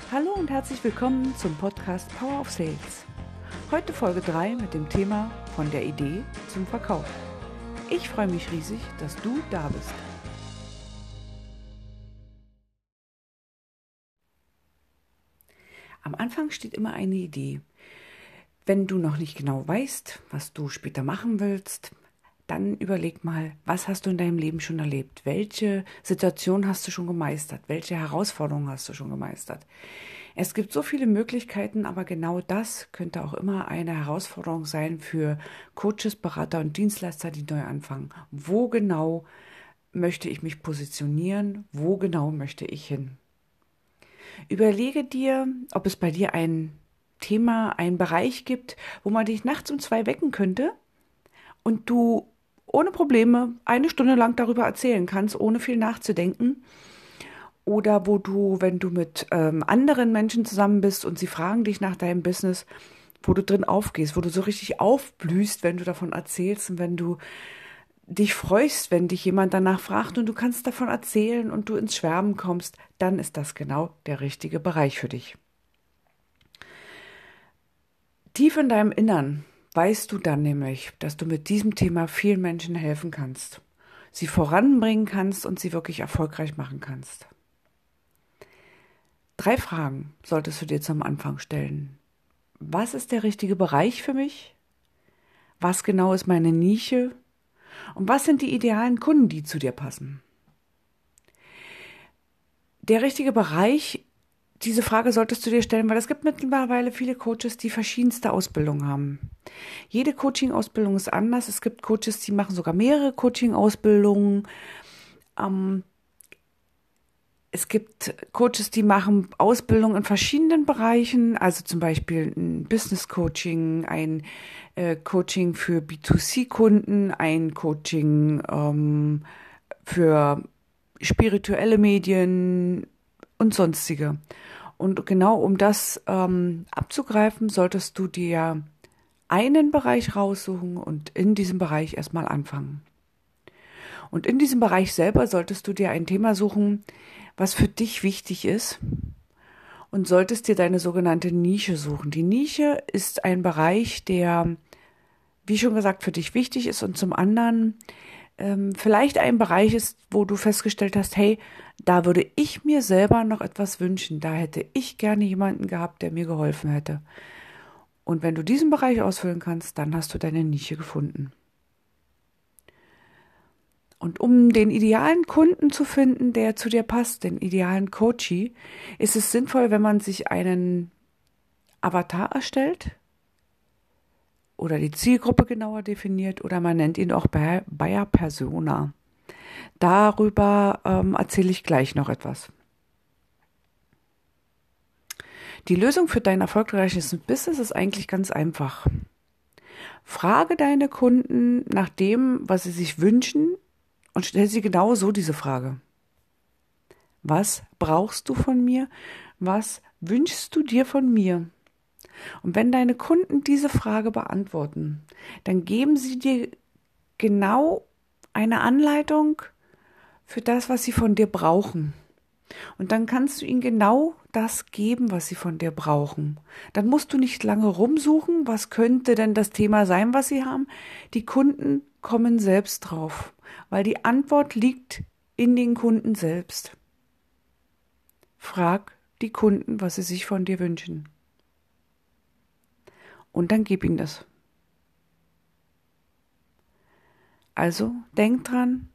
Hallo und herzlich willkommen zum Podcast Power of Sales. Heute Folge 3 mit dem Thema von der Idee zum Verkauf. Ich freue mich riesig, dass du da bist. Am Anfang steht immer eine Idee. Wenn du noch nicht genau weißt, was du später machen willst, dann überleg mal, was hast du in deinem Leben schon erlebt? Welche Situation hast du schon gemeistert? Welche Herausforderungen hast du schon gemeistert? Es gibt so viele Möglichkeiten, aber genau das könnte auch immer eine Herausforderung sein für Coaches, Berater und Dienstleister, die neu anfangen. Wo genau möchte ich mich positionieren? Wo genau möchte ich hin? Überlege dir, ob es bei dir ein Thema, einen Bereich gibt, wo man dich nachts um 2 wecken könnte und du ohne Probleme 1 Stunde lang darüber erzählen kannst, ohne viel nachzudenken. Oder wo du, wenn du mit anderen Menschen zusammen bist und sie fragen dich nach deinem Business, wo du drin aufgehst, wo du so richtig aufblühst, wenn du davon erzählst und wenn du dich freust, wenn dich jemand danach fragt und du kannst davon erzählen und du ins Schwärmen kommst, dann ist das genau der richtige Bereich für dich. Tief in deinem Innern weißt du dann nämlich, dass du mit diesem Thema vielen Menschen helfen kannst, sie voranbringen kannst und sie wirklich erfolgreich machen kannst. 3 Fragen solltest du dir zum Anfang stellen. Was ist der richtige Bereich für mich? Was genau ist meine Nische? Und was sind die idealen Kunden, die zu dir passen? Der richtige Bereich, diese Frage solltest du dir stellen, weil es gibt mittlerweile viele Coaches, die verschiedenste Ausbildungen haben. Jede Coaching-Ausbildung ist anders. Es gibt Coaches, die machen sogar mehrere Coaching-Ausbildungen. Es gibt Coaches, die machen Ausbildung in verschiedenen Bereichen, also zum Beispiel ein Business Coaching, ein Coaching für B2C-Kunden, ein Coaching für spirituelle Medien und sonstige. Und genau um das abzugreifen, solltest du dir einen Bereich raussuchen und in diesem Bereich erstmal anfangen. Und in diesem Bereich selber solltest du dir ein Thema suchen, was für dich wichtig ist, und solltest dir deine sogenannte Nische suchen. Die Nische ist ein Bereich, der, wie schon gesagt, für dich wichtig ist und zum anderen vielleicht ein Bereich ist, wo du festgestellt hast, hey, da würde ich mir selber noch etwas wünschen. Da hätte ich gerne jemanden gehabt, der mir geholfen hätte. Und wenn du diesen Bereich ausfüllen kannst, dann hast du deine Nische gefunden. Und um den idealen Kunden zu finden, der zu dir passt, den idealen Coachee, ist es sinnvoll, wenn man sich einen Avatar erstellt oder die Zielgruppe genauer definiert oder man nennt ihn auch Buyer Persona. Darüber erzähle ich gleich noch etwas. Die Lösung für dein erfolgreiches Business ist eigentlich ganz einfach. Frage deine Kunden nach dem, was sie sich wünschen, und stell sie genau so diese Frage. Was brauchst du von mir? Was wünschst du dir von mir? Und wenn deine Kunden diese Frage beantworten, dann geben sie dir genau eine Anleitung für das, was sie von dir brauchen. Und dann kannst du ihnen genau das geben, was sie von dir brauchen. Dann musst du nicht lange rumsuchen, was könnte denn das Thema sein, was sie haben. Die Kunden kommen selbst drauf, weil die Antwort liegt in den Kunden selbst. Frag die Kunden, was sie sich von dir wünschen. Und dann gib ihnen das. Also denk dran,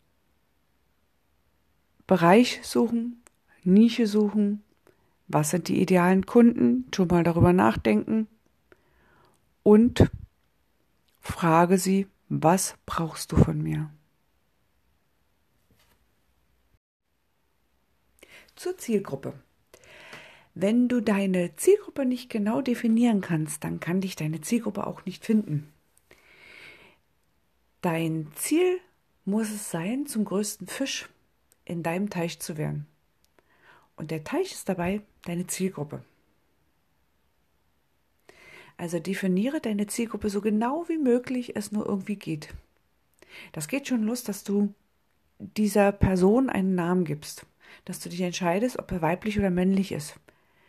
Bereich suchen, Nische suchen, was sind die idealen Kunden, schon mal darüber nachdenken und frage sie, was brauchst du von mir? Zur Zielgruppe. Wenn du deine Zielgruppe nicht genau definieren kannst, dann kann dich deine Zielgruppe auch nicht finden. Dein Ziel muss es sein, zum größten Fisch in deinem Teich zu werden. Und der Teich ist dabei deine Zielgruppe. Also definiere deine Zielgruppe so genau wie möglich es nur irgendwie geht. Das geht schon los, dass du dieser Person einen Namen gibst, dass du dich entscheidest, ob er weiblich oder männlich ist.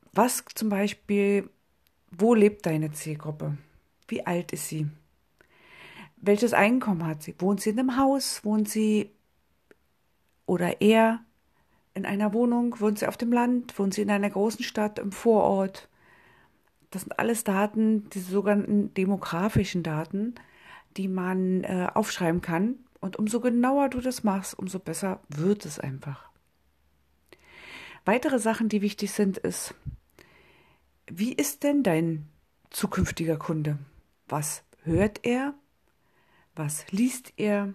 Was zum Beispiel, wo lebt deine Zielgruppe? Wie alt ist sie? Welches Einkommen hat sie? Wohnt sie in einem Haus? Wohnt sie oder er in einer Wohnung? Wohnt sie auf dem Land? Wohnt sie in einer großen Stadt, im Vorort? Das sind alles Daten, diese sogenannten demografischen Daten, die man aufschreiben kann. Und umso genauer du das machst, umso besser wird es einfach. Weitere Sachen, die wichtig sind, ist, wie ist denn dein zukünftiger Kunde? Was hört er? Was liest er?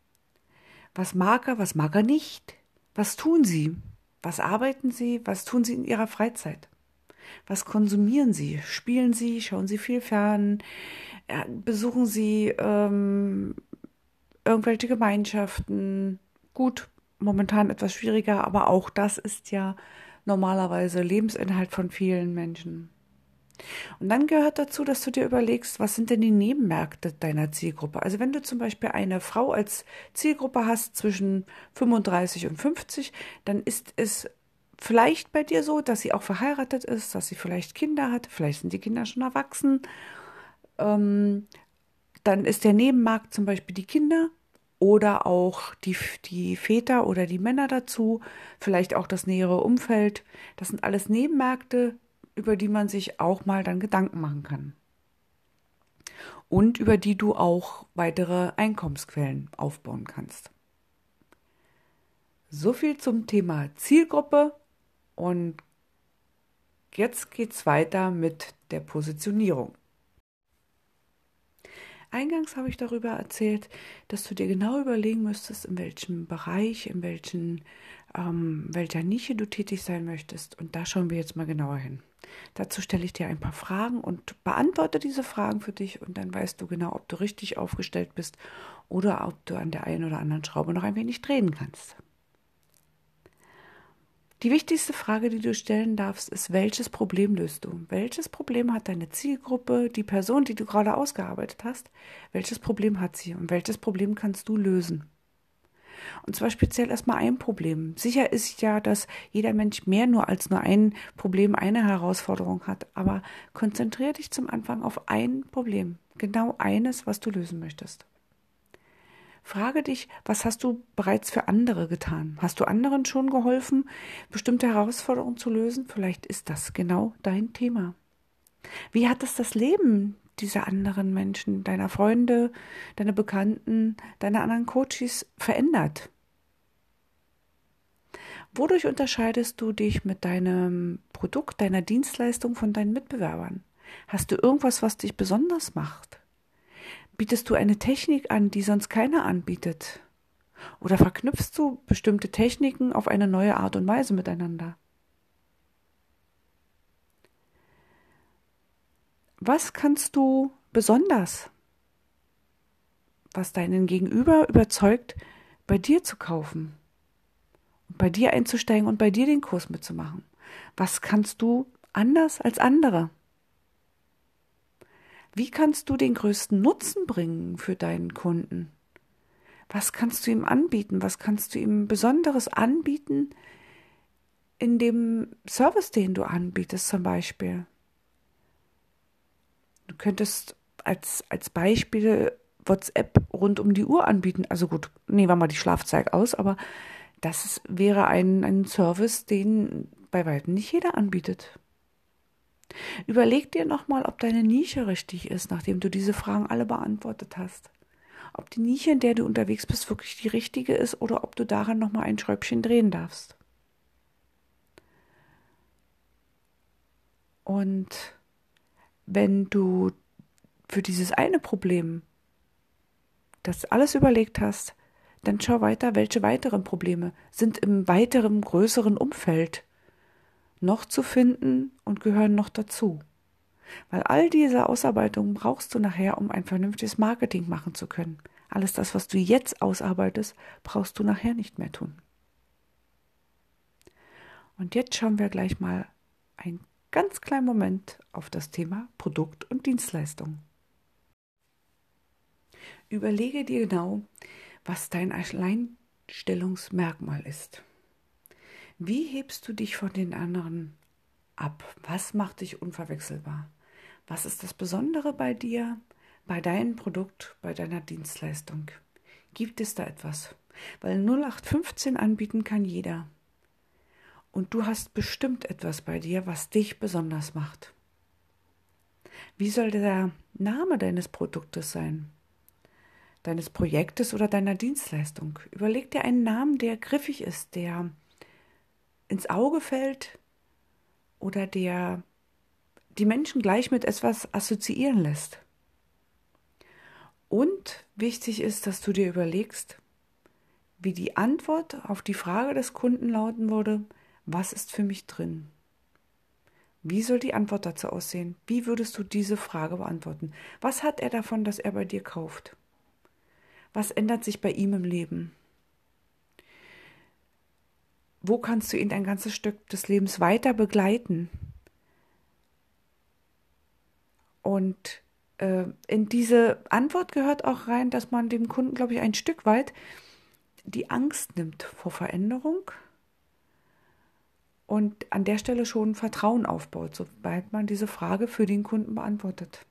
Was mag er nicht? Was tun sie? Was arbeiten sie? Was tun sie in ihrer Freizeit? Was konsumieren sie? Spielen sie? Schauen sie viel fern? Besuchen sie irgendwelche Gemeinschaften? Gut, momentan etwas schwieriger, aber auch das ist ja normalerweise Lebensinhalt von vielen Menschen. Und dann gehört dazu, dass du dir überlegst, was sind denn die Nebenmärkte deiner Zielgruppe? Also wenn du zum Beispiel eine Frau als Zielgruppe hast zwischen 35 und 50, dann ist es vielleicht bei dir so, dass sie auch verheiratet ist, dass sie vielleicht Kinder hat, vielleicht sind die Kinder schon erwachsen. Ähm, Dann ist der Nebenmarkt zum Beispiel die Kinder oder auch die Väter oder die Männer dazu, vielleicht auch das nähere Umfeld. Das sind alles Nebenmärkte, über die man sich auch mal dann Gedanken machen kann. Und über die du auch weitere Einkommensquellen aufbauen kannst. So viel zum Thema Zielgruppe und jetzt geht's weiter mit der Positionierung. Eingangs habe ich darüber erzählt, dass du dir genau überlegen müsstest, in welchem Bereich, welcher Nische du tätig sein möchtest. Und da schauen wir jetzt mal genauer hin. Dazu stelle ich dir ein paar Fragen und beantworte diese Fragen für dich und dann weißt du genau, ob du richtig aufgestellt bist oder ob du an der einen oder anderen Schraube noch ein wenig drehen kannst. Die wichtigste Frage, die du stellen darfst, ist, welches Problem löst du? Welches Problem hat deine Zielgruppe, die Person, die du gerade ausgearbeitet hast? Welches Problem hat sie und welches Problem kannst du lösen? Und zwar speziell erstmal ein Problem. Sicher ist ja, dass jeder Mensch mehr nur als nur ein Problem, eine Herausforderung hat, aber konzentriere dich zum Anfang auf ein Problem, genau eines, was du lösen möchtest. Frage dich, was hast du bereits für andere getan? Hast du anderen schon geholfen, bestimmte Herausforderungen zu lösen? Vielleicht ist das genau dein Thema. Wie hat es das Leben dieser anderen Menschen, deiner Freunde, deiner Bekannten, deiner anderen Coaches verändert? Wodurch unterscheidest du dich mit deinem Produkt, deiner Dienstleistung von deinen Mitbewerbern? Hast du irgendwas, was dich besonders macht? Bietest du eine Technik an, die sonst keiner anbietet? Oder verknüpfst du bestimmte Techniken auf eine neue Art und Weise miteinander? Was kannst du besonders, was deinen Gegenüber überzeugt, bei dir zu kaufen, bei dir einzusteigen und bei dir den Kurs mitzumachen? Was kannst du anders als andere? Wie kannst du den größten Nutzen bringen für deinen Kunden? Was kannst du ihm anbieten? Was kannst du ihm Besonderes anbieten in dem Service, den du anbietest zum Beispiel? Du könntest als Beispiel WhatsApp rund um die Uhr anbieten. Also gut, nehmen wir mal die Schlafzeit aus, aber wäre ein Service, den bei weitem nicht jeder anbietet. Überleg dir nochmal, ob deine Nische richtig ist, nachdem du diese Fragen alle beantwortet hast. Ob die Nische, in der du unterwegs bist, wirklich die richtige ist oder ob du daran nochmal ein Schräubchen drehen darfst. Und wenn du für dieses eine Problem das alles überlegt hast, dann schau weiter, welche weiteren Probleme sind im weiteren, größeren Umfeld noch zu finden und gehören noch dazu. Weil all diese Ausarbeitungen brauchst du nachher, um ein vernünftiges Marketing machen zu können. Alles das, was du jetzt ausarbeitest, brauchst du nachher nicht mehr tun. Und jetzt schauen wir gleich mal einen ganz kleinen Moment auf das Thema Produkt und Dienstleistung. Überlege dir genau, was dein Alleinstellungsmerkmal ist. Wie hebst du dich von den anderen ab? Was macht dich unverwechselbar? Was ist das Besondere bei dir, bei deinem Produkt, bei deiner Dienstleistung? Gibt es da etwas? Weil 0815 anbieten kann jeder. Und du hast bestimmt etwas bei dir, was dich besonders macht. Wie soll der Name deines Produktes sein? Deines Projektes oder deiner Dienstleistung? Überleg dir einen Namen, der griffig ist, der ins Auge fällt oder der die Menschen gleich mit etwas assoziieren lässt. Und wichtig ist, dass du dir überlegst, wie die Antwort auf die Frage des Kunden lauten würde: Was ist für mich drin? Wie soll die Antwort dazu aussehen? Wie würdest du diese Frage beantworten? Was hat er davon, dass er bei dir kauft? Was ändert sich bei ihm im Leben? Wo kannst du ihn ein ganzes Stück des Lebens weiter begleiten? Und in diese Antwort gehört auch rein, dass man dem Kunden, glaube ich, ein Stück weit die Angst nimmt vor Veränderung und an der Stelle schon Vertrauen aufbaut, sobald man diese Frage für den Kunden beantwortet.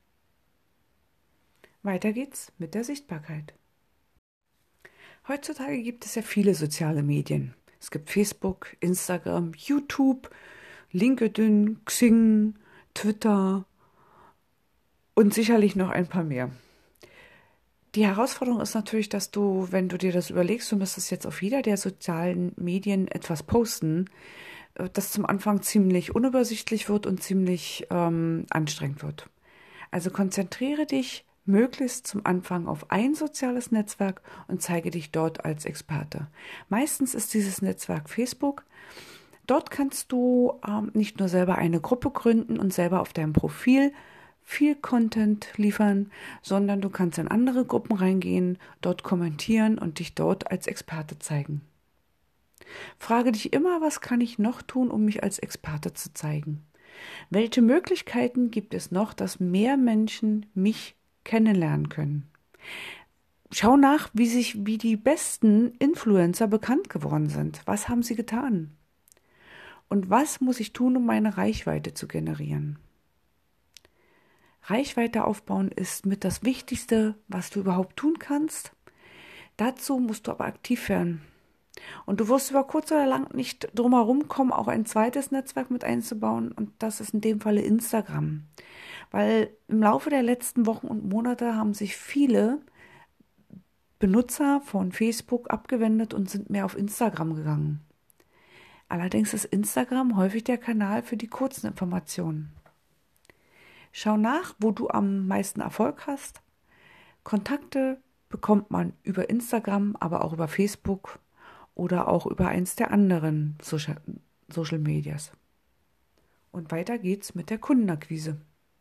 Weiter geht's mit der Sichtbarkeit. Heutzutage gibt es ja viele soziale Medien. Es gibt Facebook, Instagram, YouTube, LinkedIn, Xing, Twitter und sicherlich noch ein paar mehr. Die Herausforderung ist natürlich, dass du, wenn du dir das überlegst, du müsstest jetzt auf jeder der sozialen Medien etwas posten, das zum Anfang ziemlich unübersichtlich wird und ziemlich anstrengend wird. Also konzentriere dich möglichst zum Anfang auf ein soziales Netzwerk und zeige dich dort als Experte. Meistens ist dieses Netzwerk Facebook. Dort kannst du nicht nur selber eine Gruppe gründen und selber auf deinem Profil viel Content liefern, sondern du kannst in andere Gruppen reingehen, dort kommentieren und dich dort als Experte zeigen. Frage dich immer, was kann ich noch tun, um mich als Experte zu zeigen? Welche Möglichkeiten gibt es noch, dass mehr Menschen mich kennenlernen können? Schau nach, wie die besten Influencer bekannt geworden sind. Was haben sie getan? Und was muss ich tun, um meine Reichweite zu generieren? Reichweite aufbauen ist mit das Wichtigste, was du überhaupt tun kannst. Dazu musst du aber aktiv werden. Und du wirst über kurz oder lang nicht drum herum kommen, auch ein zweites Netzwerk mit einzubauen. Und das ist in dem Falle Instagram. Weil im Laufe der letzten Wochen und Monate haben sich viele Benutzer von Facebook abgewendet und sind mehr auf Instagram gegangen. Allerdings ist Instagram häufig der Kanal für die kurzen Informationen. Schau nach, wo du am meisten Erfolg hast. Kontakte bekommt man über Instagram, aber auch über Facebook oder auch über eins der anderen Social Medias. Und weiter geht's mit der Kundenakquise.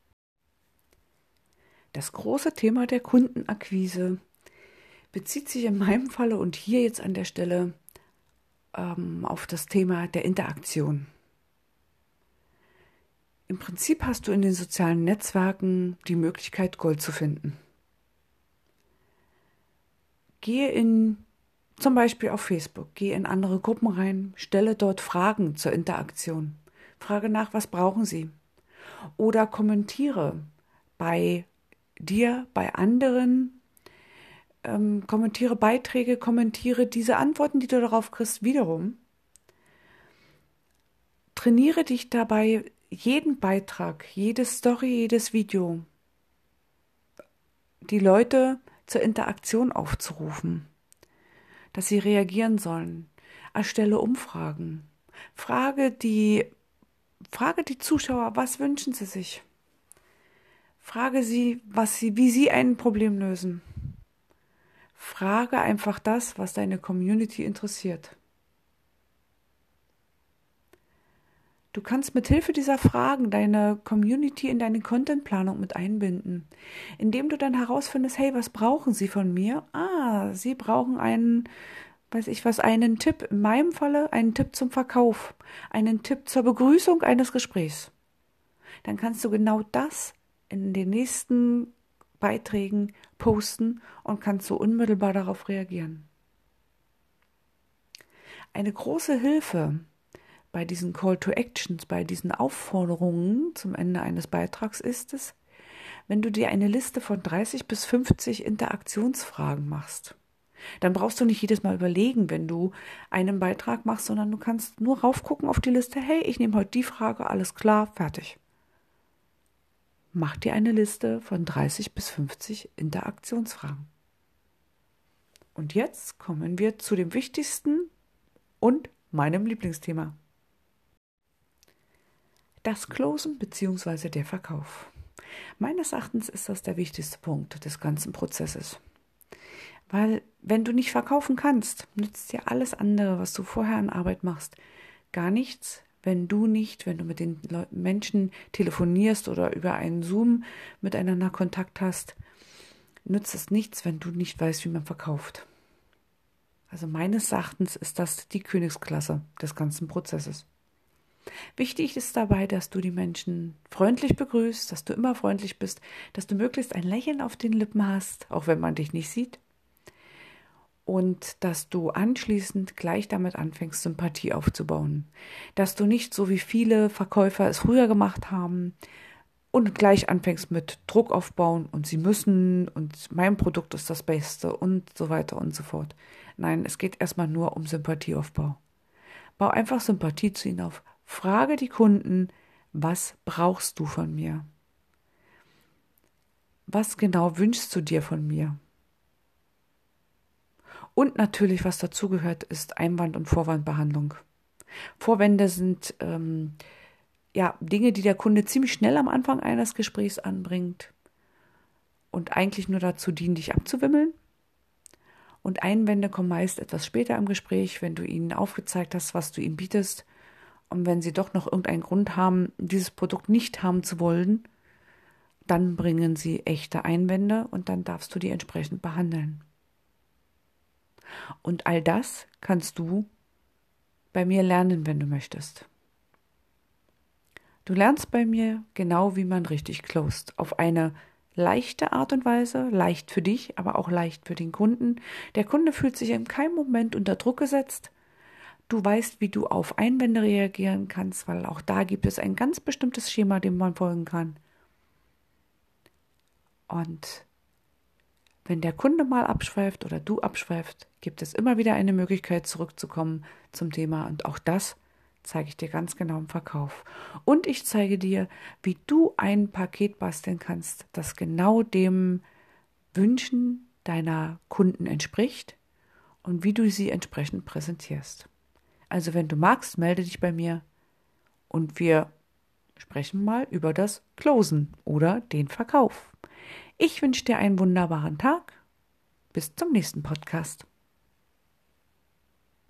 Das große Thema der Kundenakquise bezieht sich in meinem Falle und hier jetzt an der Stelle auf das Thema der Interaktion. Im Prinzip hast du in den sozialen Netzwerken die Möglichkeit, Gold zu finden. Gehe zum Beispiel auf Facebook, gehe in andere Gruppen rein, stelle dort Fragen zur Interaktion. Frage nach, was brauchen sie? Oder kommentiere bei dir, bei anderen, kommentiere Beiträge, kommentiere diese Antworten, die du darauf kriegst, wiederum. Trainiere dich dabei, jeden Beitrag, jede Story, jedes Video, die Leute zur Interaktion aufzurufen, dass sie reagieren sollen. Erstelle Umfragen. Frage die Zuschauer, was wünschen sie sich? Frage sie, wie sie ein Problem lösen. Frage einfach das, was deine Community interessiert. Du kannst mit Hilfe dieser Fragen deine Community in deine Contentplanung mit einbinden, indem du dann herausfindest, hey, was brauchen sie von mir? Sie brauchen einen Tipp. In meinem Falle einen Tipp zum Verkauf, einen Tipp zur Begrüßung eines Gesprächs. Dann kannst du genau das in den nächsten Beiträgen posten und kannst so unmittelbar darauf reagieren. Eine große Hilfe bei diesen Call to Actions, bei diesen Aufforderungen zum Ende eines Beitrags ist es, wenn du dir eine Liste von 30 bis 50 Interaktionsfragen machst. Dann brauchst du nicht jedes Mal überlegen, wenn du einen Beitrag machst, sondern du kannst nur raufgucken auf die Liste, hey, ich nehme heute die Frage, alles klar, fertig. Mach dir eine Liste von 30 bis 50 Interaktionsfragen. Und jetzt kommen wir zu dem wichtigsten und meinem Lieblingsthema. Das Closen bzw. der Verkauf. Meines Erachtens ist das der wichtigste Punkt des ganzen Prozesses. Weil wenn du nicht verkaufen kannst, nützt dir alles andere, was du vorher an Arbeit machst, gar nichts, wenn du mit den Menschen telefonierst oder über einen Zoom miteinander Kontakt hast, nützt es nichts, wenn du nicht weißt, wie man verkauft. Also meines Erachtens ist das die Königsklasse des ganzen Prozesses. Wichtig ist dabei, dass du die Menschen freundlich begrüßt, dass du immer freundlich bist, dass du möglichst ein Lächeln auf den Lippen hast, auch wenn man dich nicht sieht. Und dass du anschließend gleich damit anfängst, Sympathie aufzubauen. Dass du nicht, so wie viele Verkäufer es früher gemacht haben, und gleich anfängst mit Druck aufbauen und sie müssen und mein Produkt ist das Beste und so weiter und so fort. Nein, es geht erstmal nur um Sympathieaufbau. Bau einfach Sympathie zu ihnen auf. Frage die Kunden, was brauchst du von mir? Was genau wünschst du dir von mir? Und natürlich, was dazugehört, ist Einwand- und Vorwandbehandlung. Vorwände sind Dinge, die der Kunde ziemlich schnell am Anfang eines Gesprächs anbringt und eigentlich nur dazu dienen, dich abzuwimmeln. Und Einwände kommen meist etwas später im Gespräch, wenn du ihnen aufgezeigt hast, was du ihnen bietest. Und wenn sie doch noch irgendeinen Grund haben, dieses Produkt nicht haben zu wollen, dann bringen sie echte Einwände und dann darfst du die entsprechend behandeln. Und all das kannst du bei mir lernen, wenn du möchtest. Du lernst bei mir genau, wie man richtig closed. Auf eine leichte Art und Weise, leicht für dich, aber auch leicht für den Kunden. Der Kunde fühlt sich in keinem Moment unter Druck gesetzt. Du weißt, wie du auf Einwände reagieren kannst, weil auch da gibt es ein ganz bestimmtes Schema, dem man folgen kann. Und wenn der Kunde mal abschweift oder du abschweifst, gibt es immer wieder eine Möglichkeit, zurückzukommen zum Thema. Und auch das zeige ich dir ganz genau im Verkauf. Und ich zeige dir, wie du ein Paket basteln kannst, das genau dem Wünschen deiner Kunden entspricht und wie du sie entsprechend präsentierst. Also wenn du magst, melde dich bei mir und wir sprechen mal über das Closen oder den Verkauf. Ich wünsche dir einen wunderbaren Tag. Bis zum nächsten Podcast.